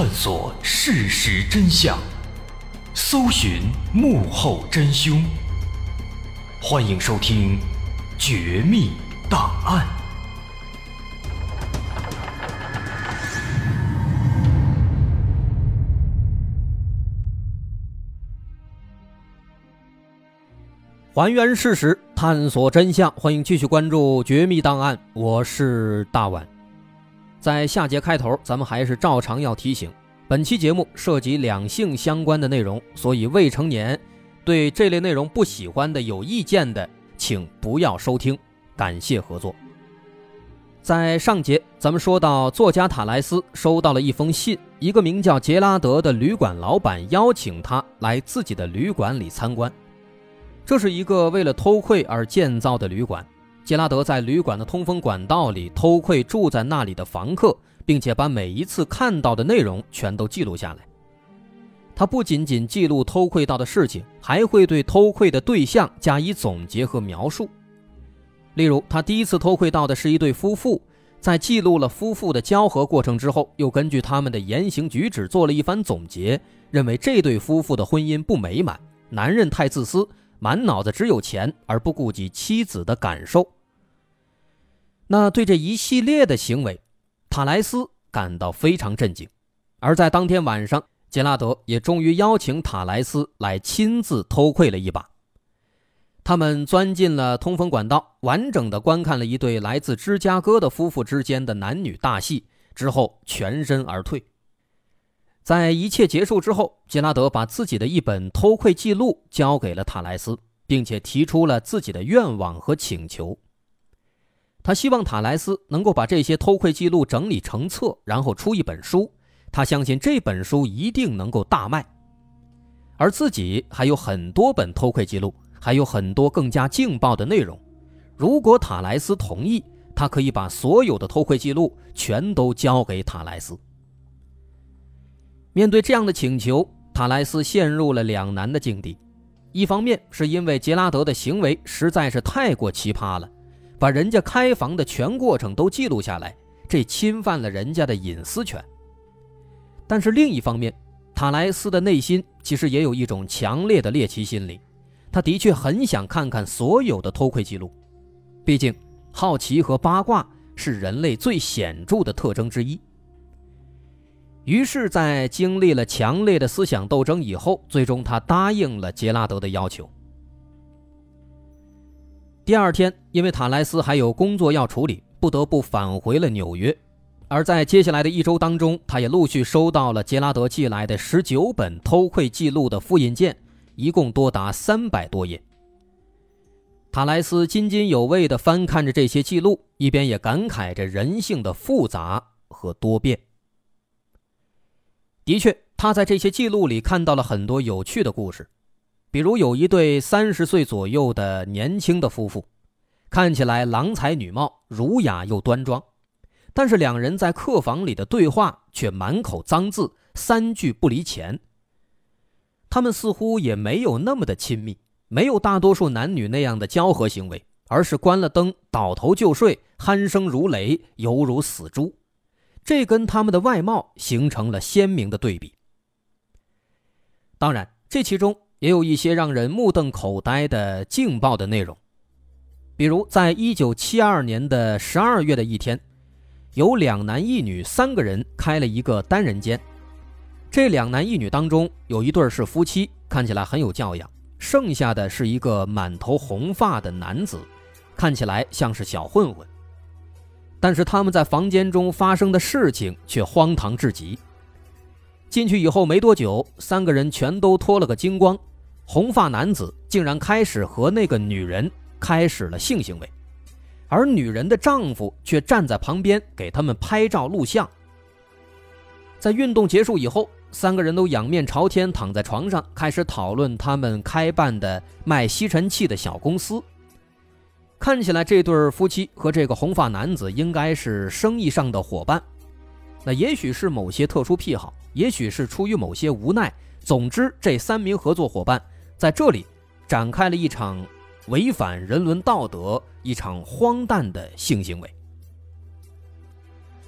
索事实真相，搜寻幕后真凶。欢迎收听《绝密档案》。 还原事实，探索真相，欢迎继续关注《绝密档案》，我是大碗。在下节开头，咱们还是照常要提醒，本期节目涉及两性相关的内容，所以未成年对这类内容不喜欢的、有意见的，请不要收听，感谢合作。在上节咱们说到，作家塔莱斯收到了一封信，一个名叫杰拉德的旅馆老板邀请他来自己的旅馆里参观。这是一个为了偷窥而建造的旅馆，杰拉德在旅馆的通风管道里偷窥住在那里的房客，并且把每一次看到的内容全都记录下来。他不仅仅记录偷窥到的事情，还会对偷窥的对象加以总结和描述。例如，他第一次偷窥到的是一对夫妇，在记录了夫妇的交合过程之后，又根据他们的言行举止做了一番总结，认为这对夫妇的婚姻不美满，男人太自私，满脑子只有钱，而不顾及妻子的感受。那对这一系列的行为，塔莱斯感到非常震惊。而在当天晚上，杰拉德也终于邀请塔莱斯来亲自偷窥了一把。他们钻进了通风管道，完整的观看了一对来自芝加哥的夫妇之间的男女大戏，之后全身而退。在一切结束之后，杰拉德把自己的一本偷窥记录交给了塔莱斯，并且提出了自己的愿望和请求。他希望塔莱斯能够把这些偷窥记录整理成册，然后出一本书，他相信这本书一定能够大卖。而自己还有很多本偷窥记录，还有很多更加劲爆的内容。如果塔莱斯同意，他可以把所有的偷窥记录全都交给塔莱斯。面对这样的请求，塔莱斯陷入了两难的境地。一方面是因为杰拉德的行为实在是太过奇葩了，把人家开房的全过程都记录下来，这侵犯了人家的隐私权。但是另一方面，塔莱斯的内心其实也有一种强烈的猎奇心理，他的确很想看看所有的偷窥记录，毕竟好奇和八卦是人类最显著的特征之一。于是在经历了强烈的思想斗争以后，最终他答应了杰拉德的要求。第二天，因为塔莱斯还有工作要处理，不得不返回了纽约。而在接下来的一周当中，他也陆续收到了杰拉德寄来的19本偷窥记录的复印件，一共多达300多页。塔莱斯津津有味地翻看着这些记录，一边也感慨着人性的复杂和多变。的确，他在这些记录里看到了很多有趣的故事，比如有一对30岁左右的年轻的夫妇，看起来郎才女貌，儒雅又端庄，但是两人在客房里的对话却满口脏字，3句不离钱。他们似乎也没有那么的亲密，没有大多数男女那样的交合行为，而是关了灯倒头就睡，鼾声如雷，犹如死猪。这跟他们的外貌形成了鲜明的对比。当然，这其中也有一些让人目瞪口呆的劲爆的内容。比如在1972年的12月的一天，有2男1女3个人开了一个单人间。这2男1女当中，有一对是夫妻，看起来很有教养，剩下的是一个满头红发的男子，看起来像是小混混。但是他们在房间中发生的事情却荒唐至极。进去以后没多久，3个人全都脱了个精光，红发男子竟然开始和那个女人开始了性行为，而女人的丈夫却站在旁边给他们拍照录像。在运动结束以后，3个人都仰面朝天躺在床上，开始讨论他们开办的卖吸尘器的小公司。看起来这对夫妻和这个红发男子应该是生意上的伙伴，那也许是某些特殊癖好，也许是出于某些无奈，总之这3名合作伙伴在这里展开了一场违反人伦道德、一场荒诞的性行为。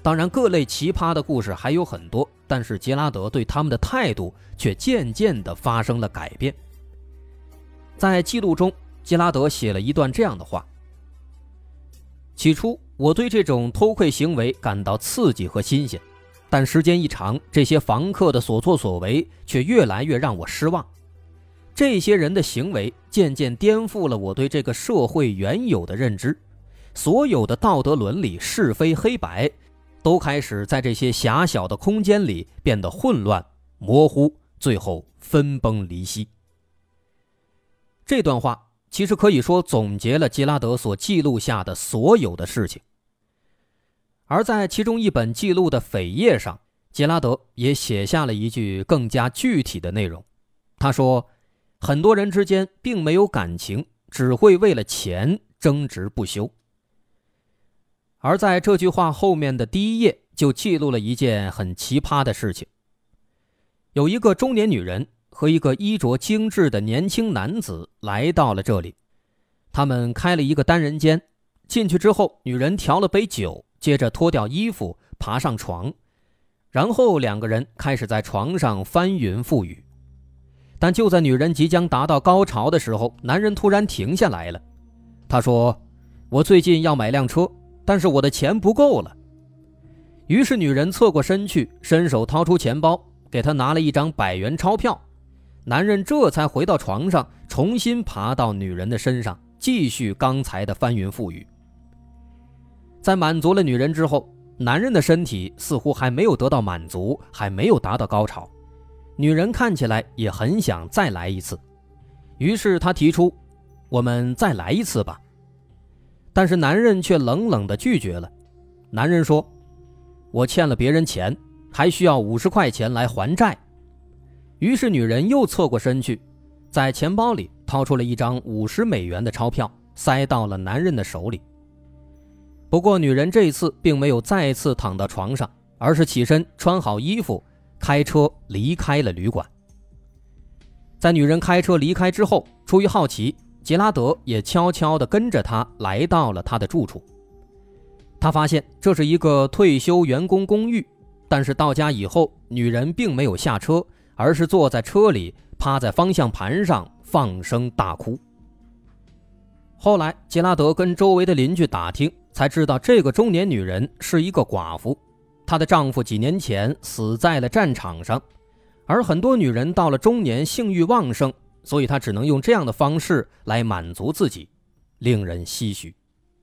当然各类奇葩的故事还有很多，但是杰拉德对他们的态度却渐渐地发生了改变。在记录中，杰拉德写了一段这样的话：起初我对这种偷窥行为感到刺激和新鲜，但时间一长，这些房客的所作所为却越来越让我失望。这些人的行为渐渐颠覆了我对这个社会原有的认知，所有的道德伦理、是非黑白都开始在这些狭小的空间里变得混乱、模糊，最后分崩离析。这段话其实可以说总结了杰拉德所记录下的所有的事情。而在其中一本记录的扉页上，杰拉德也写下了一句更加具体的内容。他说，很多人之间并没有感情，只会为了钱争执不休。而在这句话后面的第一页就记录了一件很奇葩的事情。有一个中年女人和一个衣着精致的年轻男子来到了这里，他们开了一个单人间，进去之后，女人调了杯酒，接着脱掉衣服爬上床，然后两个人开始在床上翻云覆雨。但就在女人即将达到高潮的时候，男人突然停下来了。他说，我最近要买辆车，但是我的钱不够了。于是女人侧过身去，伸手掏出钱包，给他拿了一张100元钞票。男人这才回到床上，重新爬到女人的身上，继续刚才的翻云覆雨。在满足了女人之后，男人的身体似乎还没有得到满足，还没有达到高潮。女人看起来也很想再来一次，于是她提出，我们再来一次吧。但是男人却冷冷地拒绝了。男人说，我欠了别人钱，还需要50块钱来还债。于是女人又侧过身去，在钱包里掏出了一张50美元的钞票，塞到了男人的手里。不过女人这次并没有再次躺到床上，而是起身穿好衣服，开车离开了旅馆。在女人开车离开之后，出于好奇，杰拉德也悄悄地跟着她来到了她的住处。他发现这是一个退休员工公寓，但是到家以后，女人并没有下车，而是坐在车里，趴在方向盘上放声大哭。后来杰拉德跟周围的邻居打听，才知道这个中年女人是一个寡妇，她的丈夫几年前死在了战场上，而很多女人到了中年性欲旺盛，所以她只能用这样的方式来满足自己，令人唏嘘。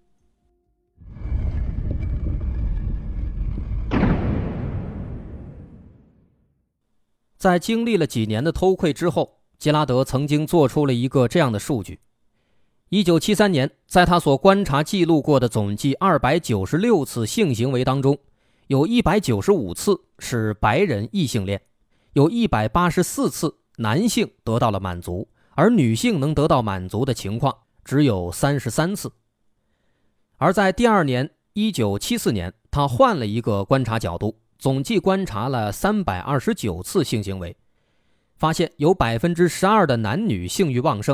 在经历了几年的偷窥之后，杰拉德曾经做出了一个这样的数据。1973年，在他所观察记录过的总计296次性行为当中，有195次是白人异性恋，有184次男性得到了满足，而女性能得到满足的情况只有33次。而在第二年1974年，他换了一个观察角度，总计观察了329次性行为，发现有 12% 的男女性欲旺盛，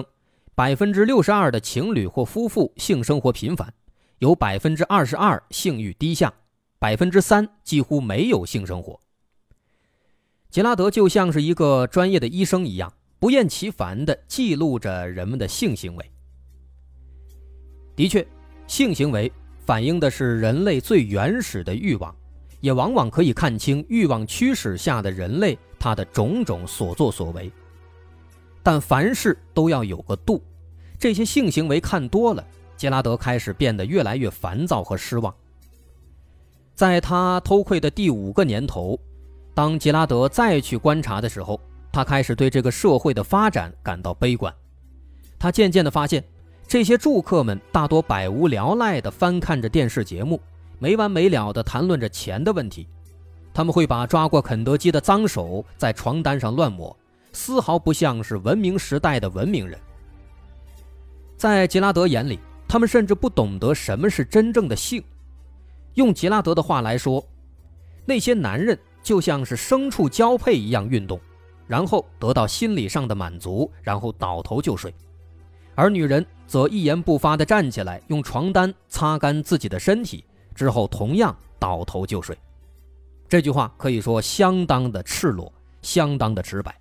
62% 的情侣或夫妇性生活频繁，有 22% 性欲低下， 3% 几乎没有性生活。杰拉德就像是一个专业的医生一样，不厌其烦地记录着人们的性行为。的确，性行为反映的是人类最原始的欲望，也往往可以看清欲望驱使下的人类他的种种所作所为。但凡事都要有个度，这些性行为看多了，杰拉德开始变得越来越烦躁和失望。在他偷窥的第5个年头，当杰拉德再去观察的时候，他开始对这个社会的发展感到悲观。他渐渐地发现，这些住客们大多百无聊赖地翻看着电视节目，没完没了地谈论着钱的问题。他们会把抓过肯德基的脏手在床单上乱抹，丝毫不像是文明时代的文明人。在杰拉德眼里，他们甚至不懂得什么是真正的性。用杰拉德的话来说，那些男人就像是牲畜交配一样运动，然后得到心理上的满足，然后倒头就睡。而女人则一言不发地站起来，用床单擦干自己的身体， 之后同样倒头就睡。这句话可以说相当的赤裸，相当的直白。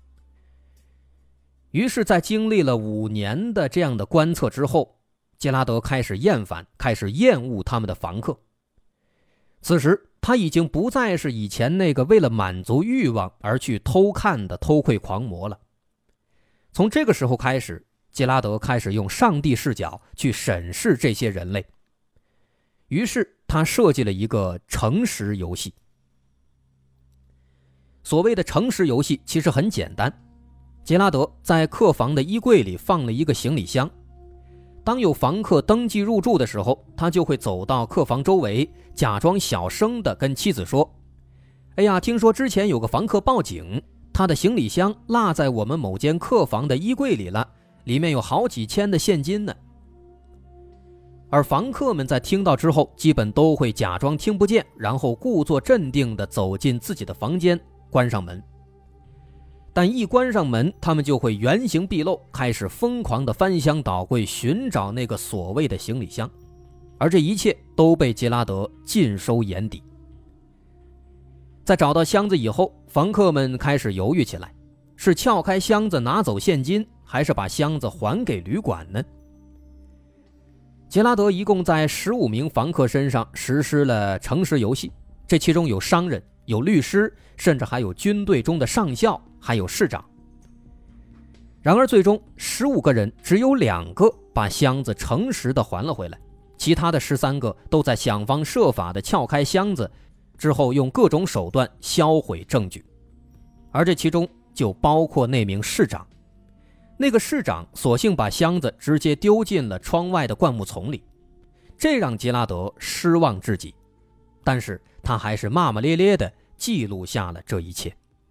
于是在经历了5年的这样的观测之后，杰拉德开始厌烦，开始厌恶他们的房客。此时他已经不再是以前那个为了满足欲望而去偷看的偷窥狂魔了。从这个时候开始，杰拉德开始用上帝视角去审视这些人类。于是他设计了一个诚实游戏。所谓的诚实游戏其实很简单，杰拉德在客房的衣柜里放了一个行李箱，当有房客登记入住的时候，他就会走到客房周围，假装小声地跟妻子说：哎呀，听说之前有个房客报警，他的行李箱落在我们某间客房的衣柜里了，里面有好几千的现金呢。而房客们在听到之后，基本都会假装听不见，然后故作镇定地走进自己的房间，关上门。但一关上门，他们就会原形毕露，开始疯狂地翻箱倒柜寻找那个所谓的行李箱，而这一切都被杰拉德尽收眼底。在找到箱子以后，房客们开始犹豫起来，是撬开箱子拿走现金，还是把箱子还给旅馆呢？杰拉德一共在15名房客身上实施了诚实游戏，这其中有商人，有律师，甚至还有军队中的上校，还有市长。然而最终15个人只有2个把箱子诚实地还了回来，其他的13个都在想方设法地撬开箱子之后，用各种手段销毁证据。而这其中就包括那名市长。那个市长索性把箱子直接丢进了窗外的灌木丛里，这让杰拉德失望至极，但是他还是骂骂咧咧地记录下了这一切。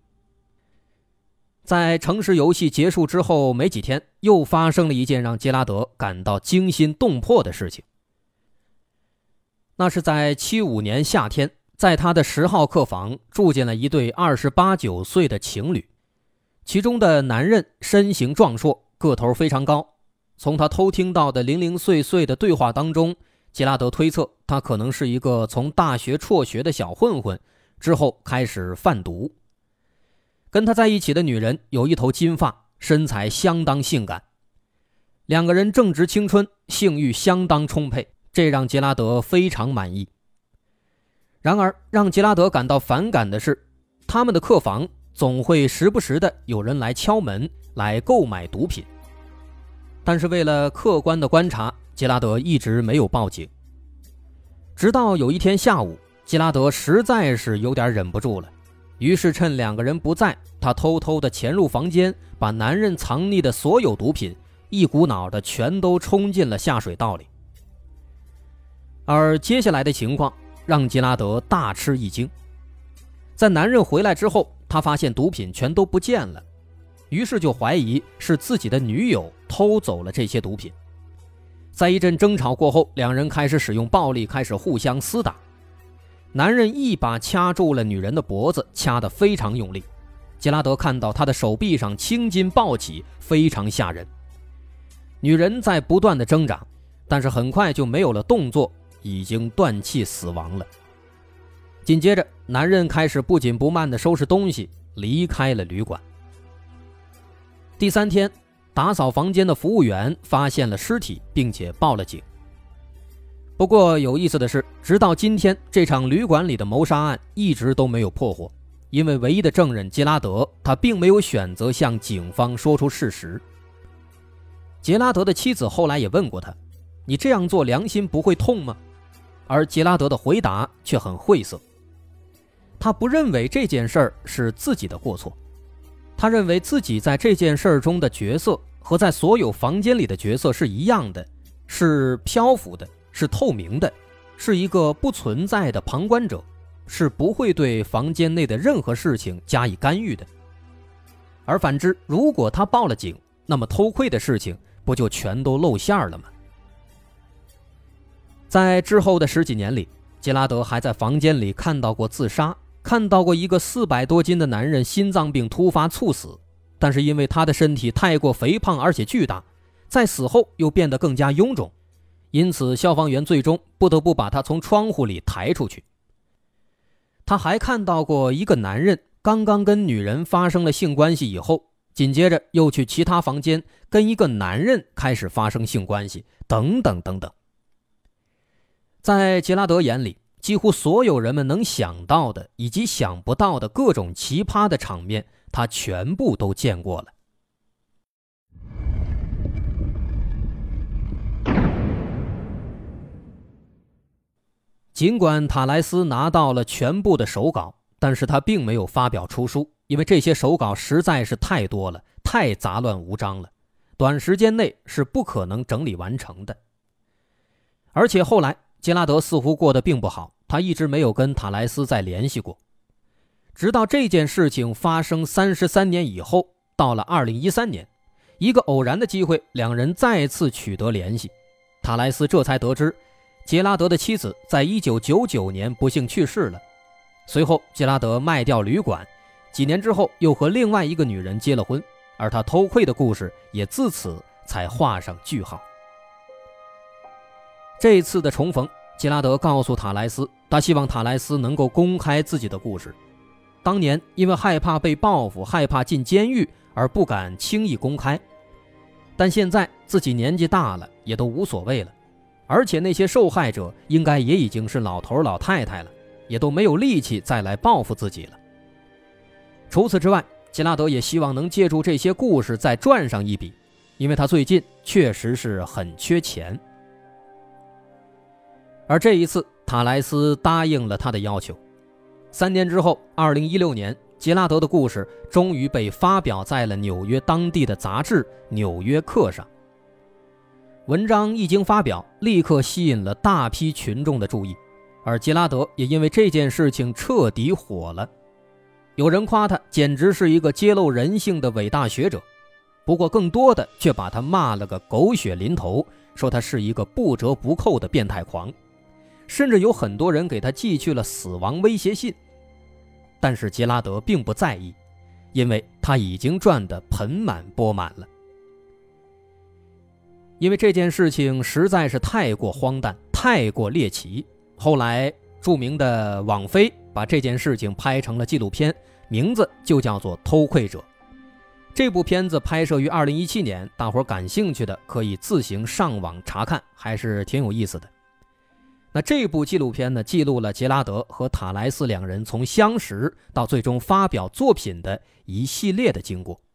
在诚实游戏结束之后没几天，又发生了一件让杰拉德感到惊心动魄的事情。那是在75年夏天，在他的10号客房住进了一对28、29岁的情侣。其中的男人身形壮硕，个头非常高。从他偷听到的零零碎碎的对话当中，杰拉德推测他可能是一个从大学辍学的小混混，之后开始贩毒。跟他在一起的女人有一头金发，身材相当性感。2个人正值青春，性欲相当充沛，这让杰拉德非常满意。然而让杰拉德感到反感的是，他们的客房总会时不时的有人来敲门，来购买毒品。但是为了客观的观察，杰拉德一直没有报警。直到有一天下午，杰拉德实在是有点忍不住了，于是趁2个人不在，他偷偷的潜入房间，把男人藏匿的所有毒品一股脑的全都冲进了下水道里。而接下来的情况让杰拉德大吃一惊。在男人回来之后，他发现毒品全都不见了，于是就怀疑是自己的女友偷走了这些毒品。在一阵争吵过后，2人开始使用暴力，开始互相厮打。男人一把掐住了女人的脖子，掐得非常用力。杰拉德看到他的手臂上青筋暴起，非常吓人。女人在不断的挣扎，但是很快就没有了动作，已经断气死亡了。紧接着，男人开始不紧不慢地收拾东西，离开了旅馆。第3天，打扫房间的服务员发现了尸体，并且报了警。不过有意思的是，直到今天，这场旅馆里的谋杀案一直都没有破获，因为唯一的证人杰拉德，他并没有选择向警方说出事实。杰拉德的妻子后来也问过他：你这样做良心不会痛吗？而杰拉德的回答却很晦涩。他不认为这件事儿是自己的过错，他认为自己在这件事儿中的角色和在所有房间里的角色是一样的，是漂浮的，是透明的，是一个不存在的旁观者，是不会对房间内的任何事情加以干预的。而反之，如果他报了警，那么偷窥的事情不就全都露馅了吗？在之后的10几年里，杰拉德还在房间里看到过自杀，看到过一个400多斤的男人心脏病突发猝死，但是因为他的身体太过肥胖而且巨大，在死后又变得更加臃肿， 因此消防员最终不得不把他从窗户里抬出去。他还看到过一个男人刚刚跟女人发生了性关系以后，紧接着又去其他房间跟一个男人开始发生性关系，等等等等。在杰拉德眼里，几乎所有人们能想到的以及想不到的各种奇葩的场面，他全部都见过了。尽管塔莱斯拿到了全部的手稿，但是他并没有发表出书，因为这些手稿实在是太多了，太杂乱无章了，短时间内是不可能整理完成的。而且后来杰拉德似乎过得并不好，他一直没有跟塔莱斯再联系过。直到这件事情发生33年以后，到了2013年，一个偶然的机会，两人再次取得联系。塔莱斯这才得知杰拉德的妻子在1999年不幸去世了。随后杰拉德卖掉旅馆，几年之后又和另外一个女人结了婚，而他偷窥的故事也自此才画上句号。这次的重逢，杰拉德告诉塔莱斯，他希望塔莱斯能够公开自己的故事。当年因为害怕被报复，害怕进监狱而不敢轻易公开，但现在自己年纪大了，也都无所谓了，而且那些受害者应该也已经是老头老太太了，也都没有力气再来报复自己了。除此之外，杰拉德也希望能借助这些故事再赚上一笔，因为他最近确实是很缺钱。而这一次塔莱斯答应了他的要求。3年之后，2016年，杰拉德的故事终于被发表在了纽约当地的杂志《纽约客》上。文章一经发表，立刻吸引了大批群众的注意，而杰拉德也因为这件事情彻底火了。有人夸他简直是一个揭露人性的伟大学者，不过更多的却把他骂了个狗血淋头，说他是一个不折不扣的变态狂，甚至有很多人给他寄去了死亡威胁信。但是杰拉德并不在意，因为他已经赚得盆满钵满了。因为这件事情实在是太过荒诞，太过猎奇，后来著名的网飞把这件事情拍成了纪录片，名字就叫做《偷窥者》。这部片子拍摄于2017年，大伙感兴趣的可以自行上网查看，还是挺有意思的。那这部纪录片呢，记录了杰拉德和塔莱斯两人从相识到最终发表作品的一系列的经过。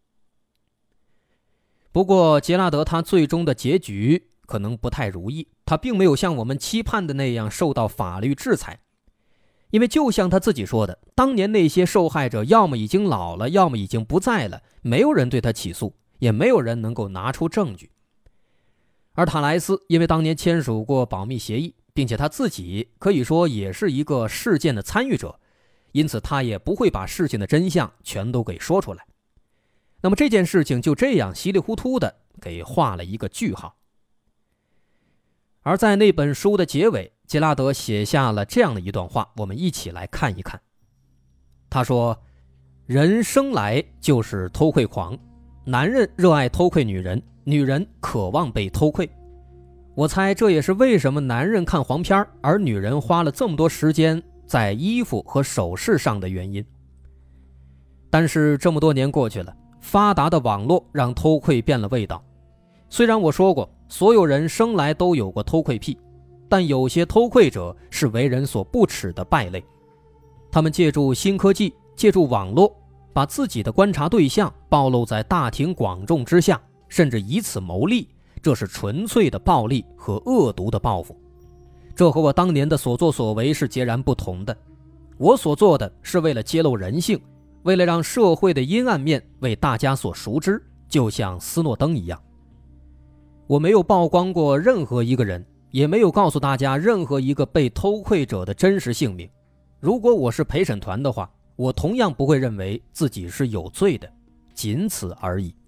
不过杰拉德他最终的结局可能不太如意，他并没有像我们期盼的那样受到法律制裁。因为就像他自己说的，当年那些受害者要么已经老了，要么已经不在了，没有人对他起诉，也没有人能够拿出证据。而塔莱斯因为当年签署过保密协议，并且他自己可以说也是一个事件的参与者，因此他也不会把事情的真相全都给说出来。那么这件事情就这样稀里糊涂的给画了一个句号。而在那本书的结尾，杰拉德写下了这样的一段话，我们一起来看一看。他说，人生来就是偷窥狂，男人热爱偷窥女人，女人渴望被偷窥。我猜这也是为什么男人看黄片，而女人花了这么多时间在衣服和首饰上的原因。但是这么多年过去了，发达的网络让偷窥变了味道。虽然我说过，所有人生来都有过偷窥癖，但有些偷窥者是为人所不齿的败类。他们借助新科技，借助网络，把自己的观察对象暴露在大庭广众之下，甚至以此牟利，这是纯粹的暴力和恶毒的报复。这和我当年的所作所为是截然不同的。我所做的是为了揭露人性，为了让社会的阴暗面为大家所熟知，就像斯诺登一样。我没有曝光过任何一个人，也没有告诉大家任何一个被偷窥者的真实姓名。如果我是陪审团的话，我同样不会认为自己是有罪的，仅此而已。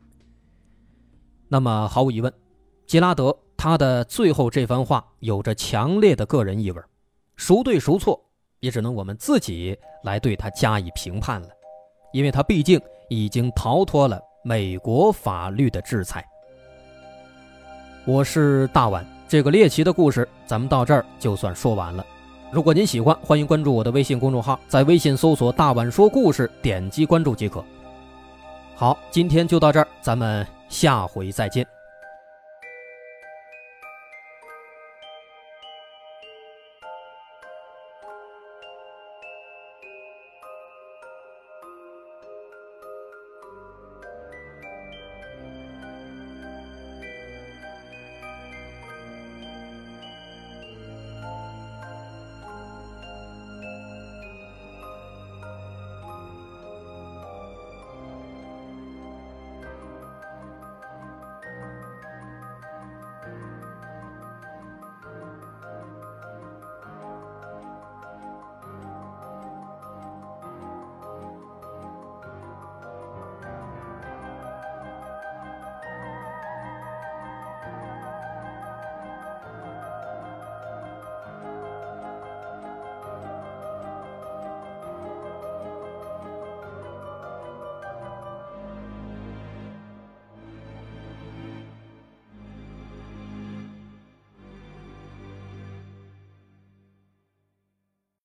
那么毫无疑问，杰拉德他的最后这番话有着强烈的个人意味，孰对孰错也只能我们自己来对他加以评判了，因为他毕竟已经逃脱了美国法律的制裁。我是大碗， 这个猎奇的故事咱们到这儿就算说完了。如果您喜欢，欢迎关注我的微信公众号，在微信搜索大碗说故事，点击关注即可。好，今天就到这儿，咱们下回再见。